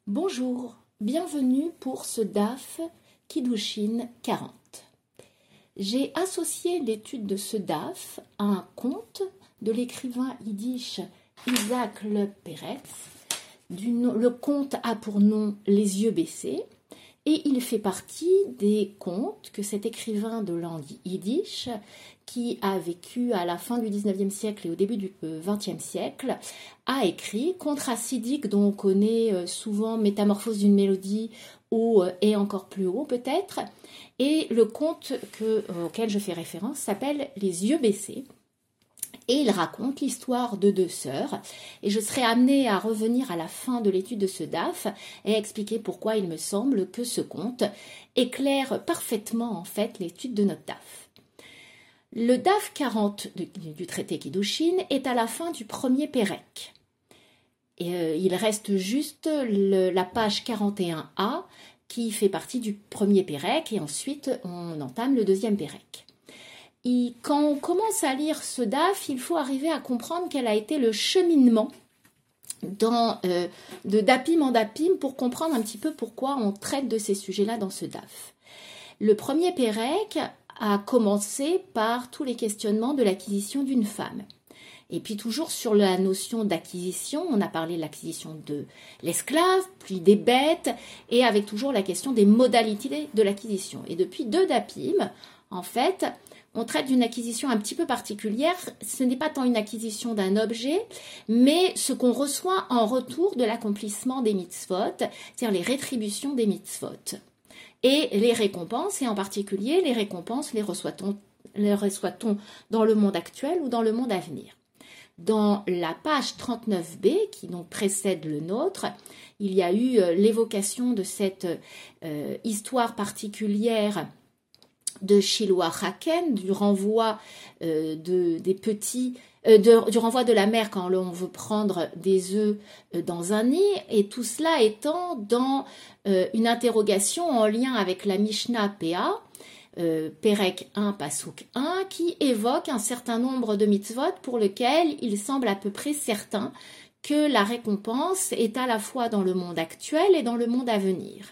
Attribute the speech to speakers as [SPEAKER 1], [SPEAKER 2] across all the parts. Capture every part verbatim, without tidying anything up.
[SPEAKER 1] Bonjour, bienvenue pour ce D A F Kiddushin quarante. J'ai associé l'étude de ce D A F à un conte de l'écrivain yiddish Isaac Le Peretz. Le conte a pour nom Les yeux baissés et il fait partie des contes que cet écrivain de langue yiddish, qui a vécu à la fin du dix-neuvième siècle et au début du vingtième siècle, a écrit, conte chassidique dont on connaît souvent Métamorphose d'une mélodie ou Et encore plus haut peut-être. Et le conte que, auquel je fais référence s'appelle Les yeux baissés. Et il raconte l'histoire de deux sœurs. Et je serai amenée à revenir à la fin de l'étude de ce D A F et à expliquer pourquoi il me semble que ce conte éclaire parfaitement en fait l'étude de notre D A F. Le D A F quarante du, du traité Kiddushin est à la fin du premier Pérec. Et euh, il reste juste le, la page quarante et un A qui fait partie du premier Pérec et ensuite on entame le deuxième Pérec. Et quand on commence à lire ce D A F, il faut arriver à comprendre quel a été le cheminement dans, euh, de dapim en dapim pour comprendre un petit peu pourquoi on traite de ces sujets-là dans ce D A F. Le premier Pérec a commencé par tous les questionnements de l'acquisition d'une femme. Et puis toujours sur la notion d'acquisition, on a parlé de l'acquisition de l'esclave, puis des bêtes, et avec toujours la question des modalités de l'acquisition. Et depuis deux dapim, en fait, on traite d'une acquisition un petit peu particulière. Ce n'est pas tant une acquisition d'un objet, mais ce qu'on reçoit en retour de l'accomplissement des mitzvot, c'est-à-dire les rétributions des mitzvot. Et les récompenses, et en particulier les récompenses, les reçoit-on, les reçoit-on dans le monde actuel ou dans le monde à venir. Dans la page trente-neuf B, qui donc précède le nôtre, il y a eu l'évocation de cette euh, histoire particulière de Shiloh Haken, du renvoi euh, de, des petits, euh, de, du renvoi de la mère quand on veut prendre des œufs euh, dans un nid, et tout cela étant dans euh, une interrogation en lien avec la Mishnah P A, euh, Pérec un, Pasuk un, qui évoque un certain nombre de mitzvot pour lesquels il semble à peu près certain que la récompense est à la fois dans le monde actuel et dans le monde à venir.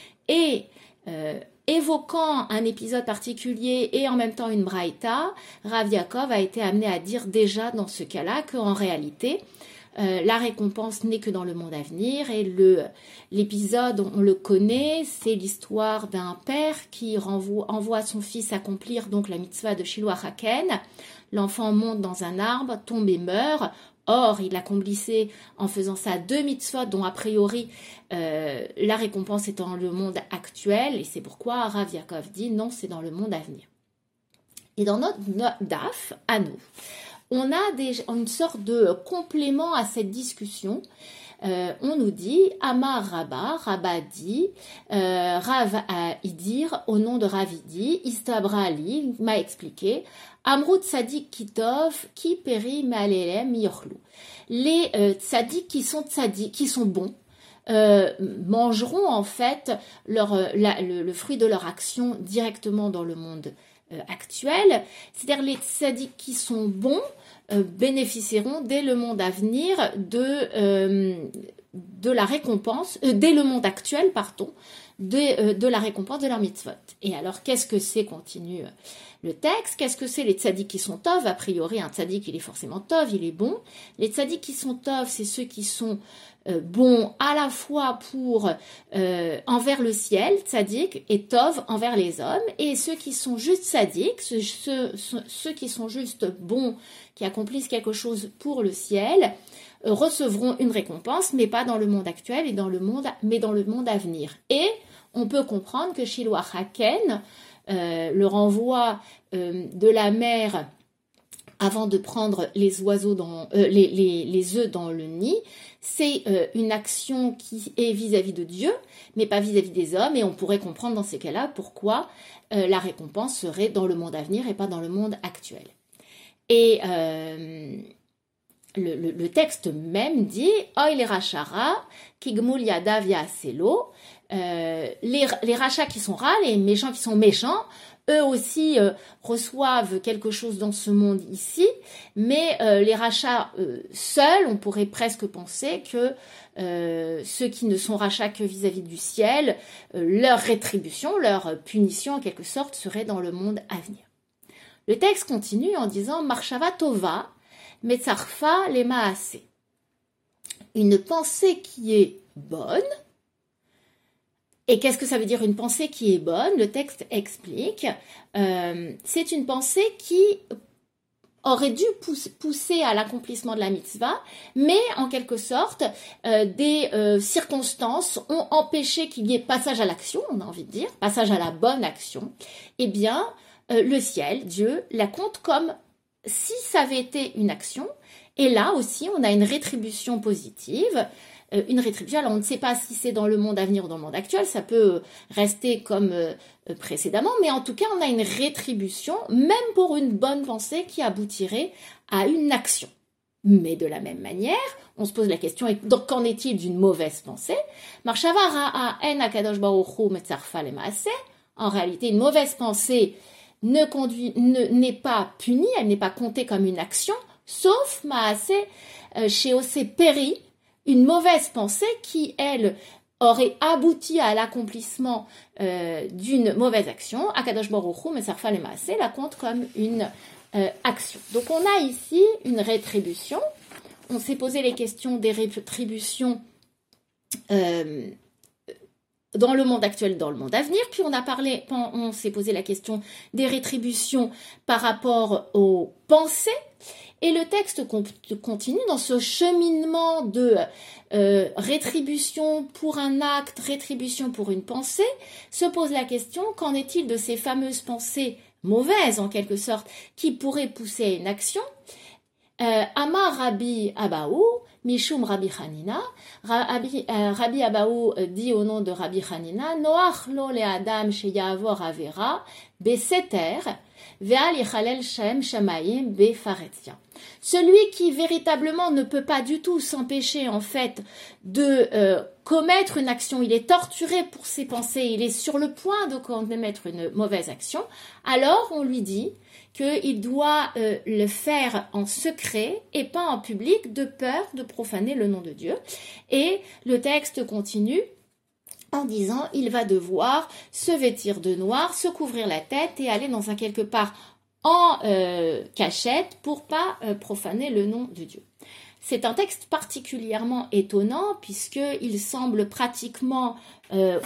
[SPEAKER 1] Et euh, évoquant un épisode particulier et en même temps une braïta, Rav Yaakov a été amené à dire déjà dans ce cas-là qu'en réalité, euh, la récompense n'est que dans le monde à venir. Et le, l'épisode, on le connaît, c'est l'histoire d'un père qui renvoie, envoie son fils accomplir donc la mitzvah de Shiloh Haken. L'enfant monte dans un arbre, tombe et meurt. Or, il accomplissait en faisant ça deux mitzvot dont a priori euh, la récompense est dans le monde actuel, et c'est pourquoi Rav Yaakov dit non, c'est dans le monde à venir. Et dans notre, notre D A F, à nous, on a des, une sorte de complément à cette discussion. Euh, on nous dit Amar Rabba, Rabba dit, euh, Rav a Idir, au nom de Rav Idi, Istabra Ali m'a expliqué, Amrut Tzadik Kitov, qui périt Maalelem Yorlou. Les euh, tzaddik qui sont tzaddik, qui sont bons, euh, mangeront en fait leur, la, le, le fruit de leur action directement dans le monde euh, actuel. C'est-à-dire les tzaddik qui sont bons euh, bénéficieront dès le monde à venir de, euh, de la récompense, euh, dès le monde actuel, pardon, de, euh, de la récompense de leur mitzvot. Et alors, qu'est-ce que c'est, continue le texte, qu'est-ce que c'est les tzaddik qui sont tov? A priori, un tzaddik, il est forcément tov, il est bon. Les tzaddik qui sont tov, c'est ceux qui sont euh, bons à la fois pour euh, envers le ciel, tzaddik, et tov envers les hommes. Et ceux qui sont juste tzaddik, ceux, ceux, ceux qui sont juste bons, qui accomplissent quelque chose pour le ciel, euh, recevront une récompense, mais pas dans le monde actuel, et dans le monde, mais dans le monde à venir. Et on peut comprendre que Shiloh Haken, Euh, le renvoi euh, de la mère avant de prendre les oiseaux dans euh, les, les, les œufs dans le nid, c'est euh, une action qui est vis-à-vis de Dieu, mais pas vis-à-vis des hommes, et on pourrait comprendre dans ces cas-là pourquoi euh, la récompense serait dans le monde à venir et pas dans le monde actuel. Et euh, le, le, le texte même dit Oy le rachara kigmul yadav yaaselo. Euh, les, les rachats qui sont rats, les méchants qui sont méchants, eux aussi euh, reçoivent quelque chose dans ce monde ici, mais euh, les rachats euh, seuls, on pourrait presque penser que euh, ceux qui ne sont rachats que vis-à-vis du ciel, euh, leur rétribution, leur punition en quelque sorte serait dans le monde à venir. Le texte continue en disant Marshava Tova, Metzarfa le Maase. Une pensée qui est bonne. Et qu'est-ce que ça veut dire une pensée qui est bonne? Le texte explique. Euh, c'est une pensée qui aurait dû pousser à l'accomplissement de la mitzvah, mais en quelque sorte, euh, des euh, circonstances ont empêché qu'il y ait passage à l'action, on a envie de dire, passage à la bonne action. Eh bien, euh, le ciel, Dieu, la compte comme si ça avait été une action. Et là aussi, on a une rétribution positive. Euh, une rétribution, alors on ne sait pas si c'est dans le monde à venir ou dans le monde actuel, ça peut rester comme euh, précédemment, mais en tout cas, on a une rétribution, même pour une bonne pensée qui aboutirait à une action. Mais de la même manière, on se pose la question, donc qu'en est-il d'une mauvaise pensée? En réalité, une mauvaise pensée ne conduit, ne, n'est pas punie, elle n'est pas comptée comme une action, sauf maase chez Osé Péri, une mauvaise pensée qui, elle, aurait abouti à l'accomplissement euh, d'une mauvaise action. Akadosh Baruch Hu, Mesarfa le Maaseh, la compte comme une euh, action. Donc on a ici une rétribution. On s'est posé les questions des rétributions euh, dans le monde actuel, dans le monde à venir. Puis on a parlé, on s'est posé la question des rétributions par rapport aux pensées. Et le texte continue dans ce cheminement de euh, rétribution pour un acte, rétribution pour une pensée, se pose la question, qu'en est-il de ces fameuses pensées mauvaises, en quelque sorte, qui pourraient pousser à une action? euh, Amar Rabbi Abaou, Mishum Rabbi Hanina, Rabbi, euh, Rabbi Abaou dit au nom de Rabbi Hanina, Noach lo le Adam sheyavor avera, beseter, ve'al yichalel shem shamayim befaretia. Celui qui véritablement ne peut pas du tout s'empêcher en fait de euh, commettre une action, il est torturé pour ses pensées, il est sur le point de commettre une mauvaise action, alors on lui dit qu'il doit euh, le faire en secret et pas en public, de peur de profaner le nom de Dieu. Et le texte continue en disant il va devoir se vêtir de noir, se couvrir la tête et aller dans un quelque part en euh, cachette pour pas euh, profaner le nom de Dieu. C'est un texte particulièrement étonnant puisqu'il semble pratiquement euh,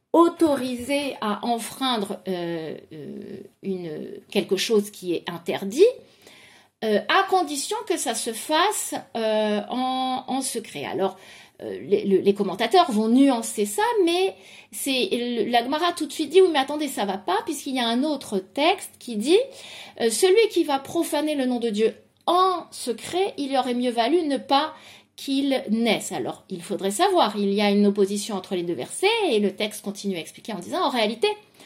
[SPEAKER 1] autorisé à enfreindre euh, euh, une, quelque chose qui est interdit, euh, à condition que ça se fasse euh, en, en secret. Alors, euh, les, les commentateurs vont nuancer ça, mais c'est la Gemara tout de suite dit, oui mais attendez, ça va pas, puisqu'il y a un autre texte qui dit, euh, celui qui va profaner le nom de Dieu en secret, il aurait mieux valu ne pas qu'il naisse. Alors, il faudrait savoir, il y a une opposition entre les deux versets, et le texte continue à expliquer en disant, en réalité,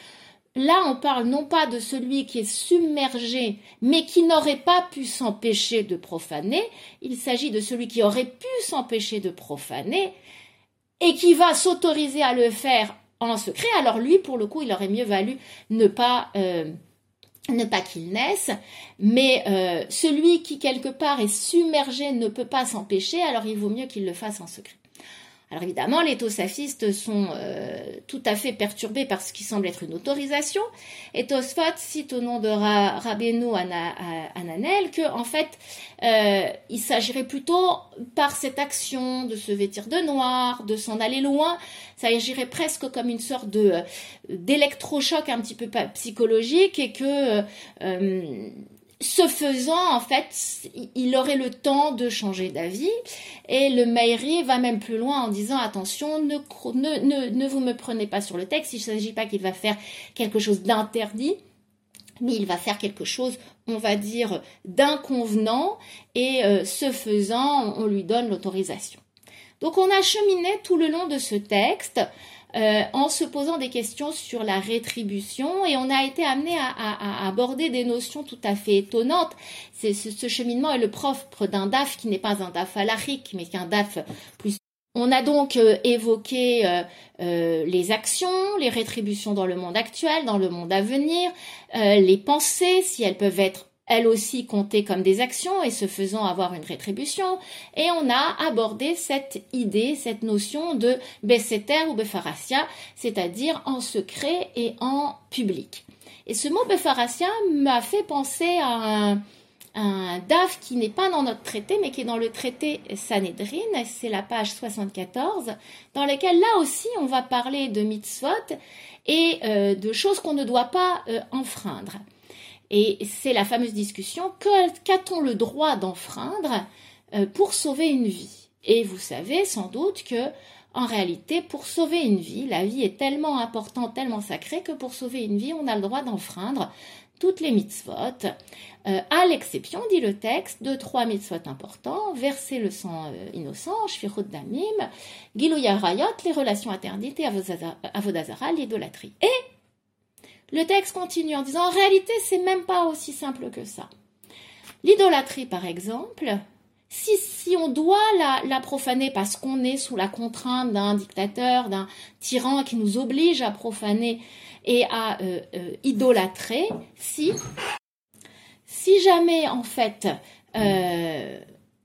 [SPEAKER 1] là, on parle non pas de celui qui est submergé, mais qui n'aurait pas pu s'empêcher de profaner, il s'agit de celui qui aurait pu s'empêcher de profaner, et qui va s'autoriser à le faire en secret. Alors lui, pour le coup, il aurait mieux valu ne pas... Euh, ne pas qu'il naisse, mais euh, celui qui quelque part est submergé ne peut pas s'empêcher, alors il vaut mieux qu'il le fasse en secret. Alors évidemment, les tosafistes sont euh, tout à fait perturbés par ce qui semble être une autorisation, et Tosfot cite au nom de Ra, Rabbeinu Hananel que en fait, euh, il s'agirait plutôt par cette action de se vêtir de noir, de s'en aller loin, ça agirait presque comme une sorte de d'électrochoc un petit peu psychologique, et que euh, ce faisant, en fait, il aurait le temps de changer d'avis. Et le Meiri va même plus loin en disant, attention, ne, ne, ne, ne vous me prenez pas sur le texte, il ne s'agit pas qu'il va faire quelque chose d'interdit, mais il va faire quelque chose, on va dire, d'inconvenant, et euh, ce faisant, on lui donne l'autorisation. Donc on a cheminé tout le long de ce texte, Euh, en se posant des questions sur la rétribution, et on a été amené à, à, à aborder des notions tout à fait étonnantes. C'est, ce, ce cheminement est le propre d'un daf qui n'est pas un daf halachique, mais qu'un daf plus... On a donc euh, évoqué euh, euh, les actions, les rétributions dans le monde actuel, dans le monde à venir, euh, les pensées, si elles peuvent être elles aussi comptées comme des actions et se faisant avoir une rétribution. Et on a abordé cette idée, cette notion de Besséter ou Befarasia, c'est-à-dire en secret et en public. Et ce mot Befarasia m'a fait penser à un, un daf qui n'est pas dans notre traité, mais qui est dans le traité Sanhedrin, c'est la page soixante-quatorze, dans lequel là aussi on va parler de mitzvot et euh, de choses qu'on ne doit pas euh, enfreindre. Et c'est la fameuse discussion, que, qu'a-t-on le droit d'enfreindre euh, pour sauver une vie? Et vous savez sans doute que, en réalité, pour sauver une vie, la vie est tellement importante, tellement sacrée, que pour sauver une vie, on a le droit d'enfreindre toutes les mitzvot, euh, à l'exception, dit le texte, de trois mitzvot importants: verser le sang euh, innocent, shfichut damim, gilui arayot, les relations interdites, et avodah zara, l'idolâtrie. Et le texte continue en disant, en réalité, c'est même pas aussi simple que ça. L'idolâtrie, par exemple, si, si on doit la, la profaner parce qu'on est sous la contrainte d'un dictateur, d'un tyran qui nous oblige à profaner et à euh, euh, idolâtrer, si, si jamais, en fait, euh,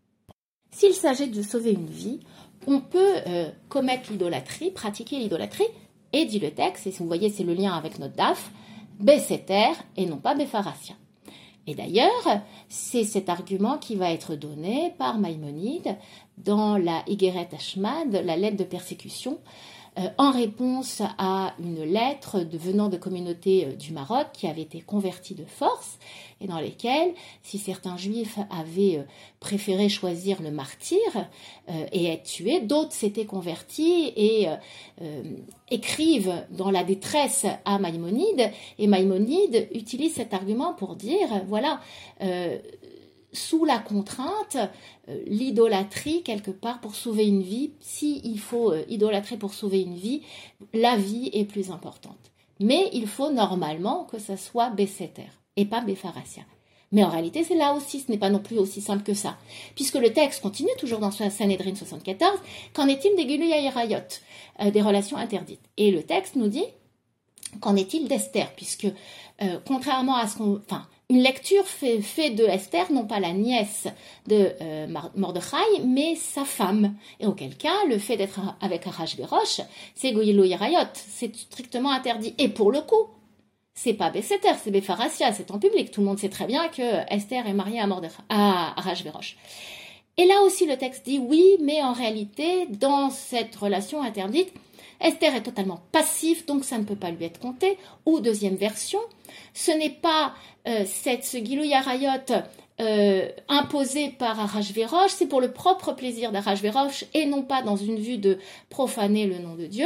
[SPEAKER 1] s'il s'agit de sauver une vie, on peut euh, commettre l'idolâtrie, pratiquer l'idolâtrie, et dit le texte, et vous voyez, c'est le lien avec notre daf, Besséter et non pas Befarasia. Et d'ailleurs, c'est cet argument qui va être donné par Maïmonide dans la Igeret Hashmad, la lettre de persécution, euh, en réponse à une lettre de, venant de communautés euh, du Maroc qui avait été convertie de force, et dans lesquelles, si certains juifs avaient euh, préféré choisir le martyr euh, et être tués, d'autres s'étaient convertis et euh, euh, écrivent dans la détresse à Maïmonide, et Maïmonide utilise cet argument pour dire, voilà, euh, sous la contrainte, euh, l'idolâtrie, quelque part, pour sauver une vie, s'il faut euh, idolâtrer pour sauver une vie, la vie est plus importante. Mais il faut normalement que ça soit Besséter et pas Befarasia. Mais en réalité, c'est là aussi, ce n'est pas non plus aussi simple que ça. Puisque le texte continue, toujours dans Sanhedrin soixante-quatorze, qu'en est-il des Gilui Arayot, euh, des relations interdites? Et le texte nous dit, qu'en est-il d'Esther? Puisque, euh, contrairement à ce qu'on... Enfin, une lecture fait, fait de Esther, non pas la nièce de euh, Mordechai, mais sa femme. Et auquel cas, le fait d'être avec Arachvérosh, c'est Gilui Arayot, c'est strictement interdit. Et pour le coup, c'est pas Besséter, c'est Befarasia, c'est en public. Tout le monde sait très bien que Esther est mariée à Mordechai, à Arachvérosh. Et là aussi, le texte dit oui, mais en réalité, dans cette relation interdite, Esther est totalement passive, donc ça ne peut pas lui être compté. Ou deuxième version, ce n'est pas euh, cette, ce Gilui Arayot euh, imposé par Arachvérosh, c'est pour le propre plaisir d'Arachvérosh et non pas dans une vue de profaner le nom de Dieu.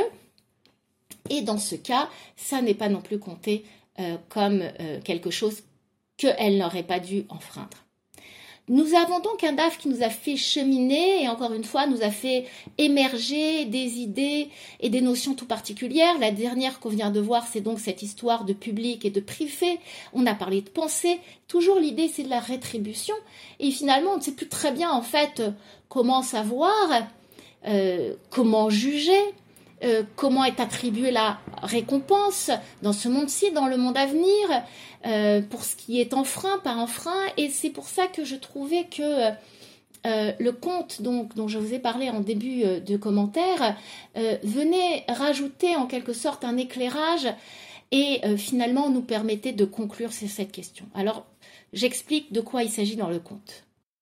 [SPEAKER 1] Et dans ce cas, ça n'est pas non plus compté euh, comme euh, quelque chose qu'elle n'aurait pas dû enfreindre. Nous avons donc un daf qui nous a fait cheminer et encore une fois nous a fait émerger des idées et des notions tout particulières. La dernière qu'on vient de voir, c'est donc cette histoire de public et de privé. On a parlé de pensée. Toujours l'idée, c'est de la rétribution. Et finalement, on ne sait plus très bien en fait comment savoir, euh, comment juger. Euh, comment est attribuée la récompense dans ce monde-ci, dans le monde à venir, euh, pour ce qui est enfreint, pas enfreint. Et c'est pour ça que je trouvais que euh, le conte donc, dont je vous ai parlé en début euh, de commentaire euh, venait rajouter en quelque sorte un éclairage et euh, finalement nous permettait de conclure sur cette question. Alors, j'explique de quoi il s'agit dans le conte.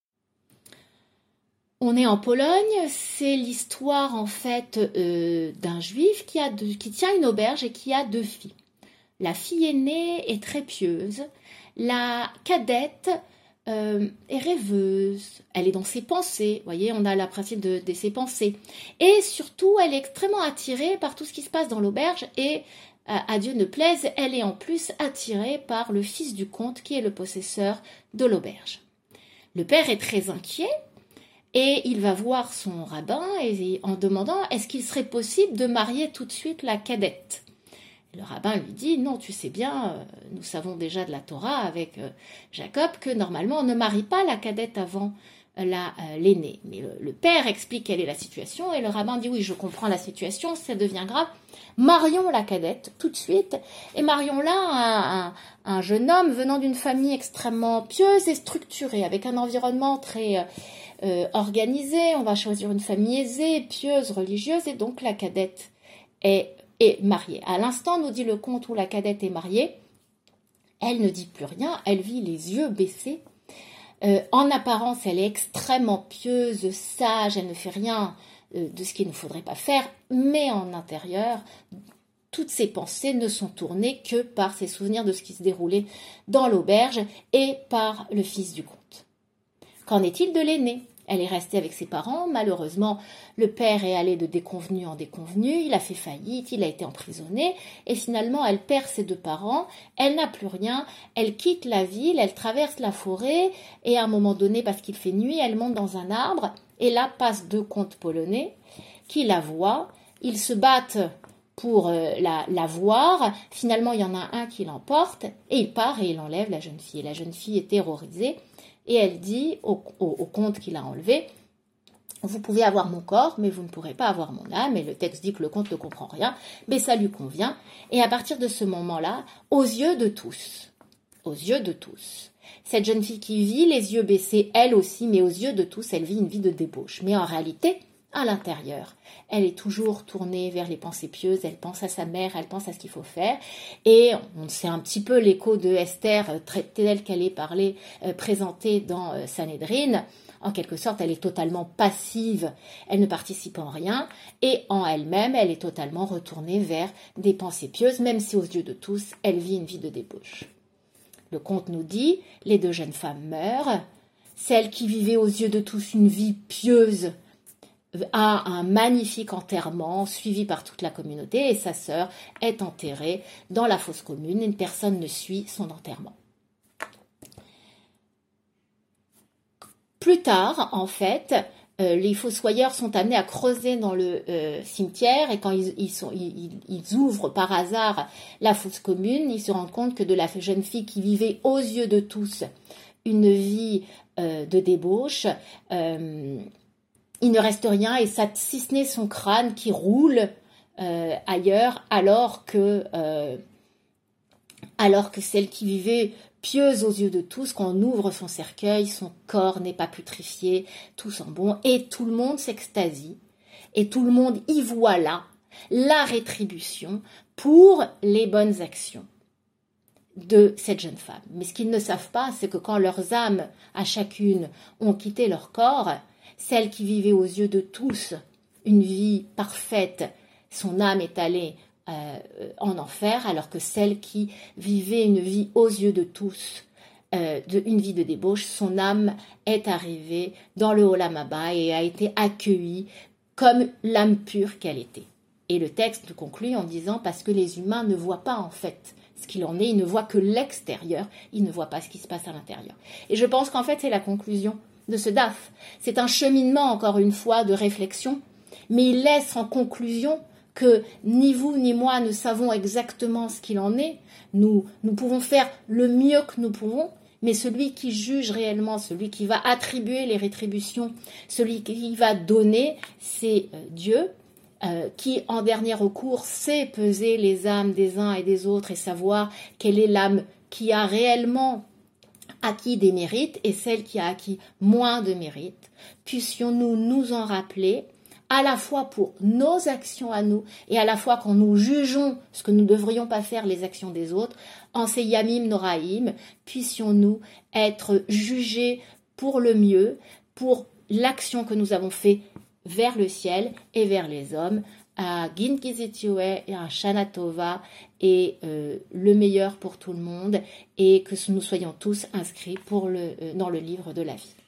[SPEAKER 1] On est en Pologne, c'est l'histoire en fait euh, d'un juif qui, a deux, qui tient une auberge et qui a deux filles. La fille aînée est très pieuse, la cadette euh, est rêveuse, elle est dans ses pensées, vous voyez, on a le principe de, de ses pensées. Et surtout, elle est extrêmement attirée par tout ce qui se passe dans l'auberge et euh, à Dieu ne plaise, elle est en plus attirée par le fils du comte qui est le possesseur de l'auberge. Le père est très inquiet. Et il va voir son rabbin et, en demandant est-ce qu'il serait possible de marier tout de suite la cadette. Le rabbin lui dit non, tu sais bien, nous savons déjà de la Torah avec Jacob que normalement on ne marie pas la cadette avant la, euh, l'aîné. Mais le, le père explique quelle est la situation et le rabbin dit oui, je comprends la situation, ça devient grave. Marions la cadette tout de suite. Et marions là un, un, un jeune homme venant d'une famille extrêmement pieuse et structurée, avec un environnement très euh, organisé. On va choisir une famille aisée, pieuse, religieuse, et donc la cadette est, est mariée. À l'instant, nous dit le conte où la cadette est mariée, elle ne dit plus rien, elle vit les yeux baissés. Euh, en apparence, elle est extrêmement pieuse, sage, elle ne fait rien euh, de ce qu'il ne faudrait pas faire, mais en intérieur, toutes ses pensées ne sont tournées que par ses souvenirs de ce qui se déroulait dans l'auberge et par le fils du comte. Qu'en est-il de l'aîné ? Elle est restée avec ses parents. Malheureusement, le père est allé de déconvenu en déconvenu. Il a fait faillite, il a été emprisonné. Et finalement, elle perd ses deux parents. Elle n'a plus rien. Elle quitte la ville, elle traverse la forêt. Et à un moment donné, parce qu'il fait nuit, elle monte dans un arbre. Et là passent deux comtes polonais qui la voient. Ils se battent pour euh, la, la voir. Finalement, il y en a un qui l'emporte. Et il part et il enlève la jeune fille. Et la jeune fille est terrorisée. Et elle dit au, au, au comte qui l'a enlevé, vous pouvez avoir mon corps, mais vous ne pourrez pas avoir mon âme. Et le texte dit que le comte ne comprend rien, mais ça lui convient. Et à partir de ce moment-là, aux yeux de tous, aux yeux de tous, cette jeune fille qui vit les yeux baissés, elle aussi, mais aux yeux de tous, elle vit une vie de débauche. Mais en réalité, à l'intérieur, elle est toujours tournée vers les pensées pieuses, elle pense à sa mère, elle pense à ce qu'il faut faire, et on sait un petit peu l'écho de Esther, telle qu'elle est parlée, euh, présentée dans euh, Sanhédrin. En quelque sorte, elle est totalement passive, elle ne participe en rien, et en elle-même, elle est totalement retournée vers des pensées pieuses, même si aux yeux de tous, elle vit une vie de débauche. Le conte nous dit, les deux jeunes femmes meurent, celle qui vivait aux yeux de tous une vie pieuse, a un magnifique enterrement suivi par toute la communauté et sa sœur est enterrée dans la fosse commune. Une personne ne suit son enterrement. Plus tard, en fait, euh, les fossoyeurs sont amenés à creuser dans le euh, cimetière et quand ils, ils, sont, ils, ils ouvrent par hasard la fosse commune, ils se rendent compte que de la jeune fille qui vivait aux yeux de tous une vie euh, de débauche, euh, il ne reste rien, et ça, si ce n'est son crâne qui roule euh, ailleurs, alors que, euh, alors que celle qui vivait pieuse aux yeux de tous, quand on ouvre son cercueil, son corps n'est pas putrifié, tout sent bon, et tout le monde s'extasie, et tout le monde y voit là la rétribution pour les bonnes actions de cette jeune femme. Mais ce qu'ils ne savent pas, c'est que quand leurs âmes, à chacune, ont quitté leur corps, celle qui vivait aux yeux de tous une vie parfaite, son âme est allée euh, en enfer, alors que celle qui vivait une vie aux yeux de tous, euh, de, une vie de débauche, son âme est arrivée dans le Olam Haba et a été accueillie comme l'âme pure qu'elle était. Et le texte conclut en disant parce que les humains ne voient pas en fait ce qu'il en est, ils ne voient que l'extérieur, ils ne voient pas ce qui se passe à l'intérieur. Et je pense qu'en fait c'est la conclusion de ce D A F. C'est un cheminement, encore une fois, de réflexion, mais il laisse en conclusion que ni vous ni moi ne savons exactement ce qu'il en est. Nous, nous pouvons faire le mieux que nous pouvons, mais celui qui juge réellement, celui qui va attribuer les rétributions, celui qui va donner, c'est euh, Dieu, euh, qui, en dernier recours, sait peser les âmes des uns et des autres et savoir quelle est l'âme qui a réellement acquis des mérites et celle qui a acquis moins de mérites. Puissions-nous nous en rappeler, à la fois pour nos actions à nous et à la fois quand nous jugeons ce que nous ne devrions pas faire, les actions des autres, en ces Yamim Noraïm, puissions-nous être jugés pour le mieux, pour l'action que nous avons faite vers le ciel et vers les hommes, à Gin Kizitioé et à Shana Tova et euh, le meilleur pour tout le monde et que nous soyons tous inscrits pour le, euh, dans le livre de la vie.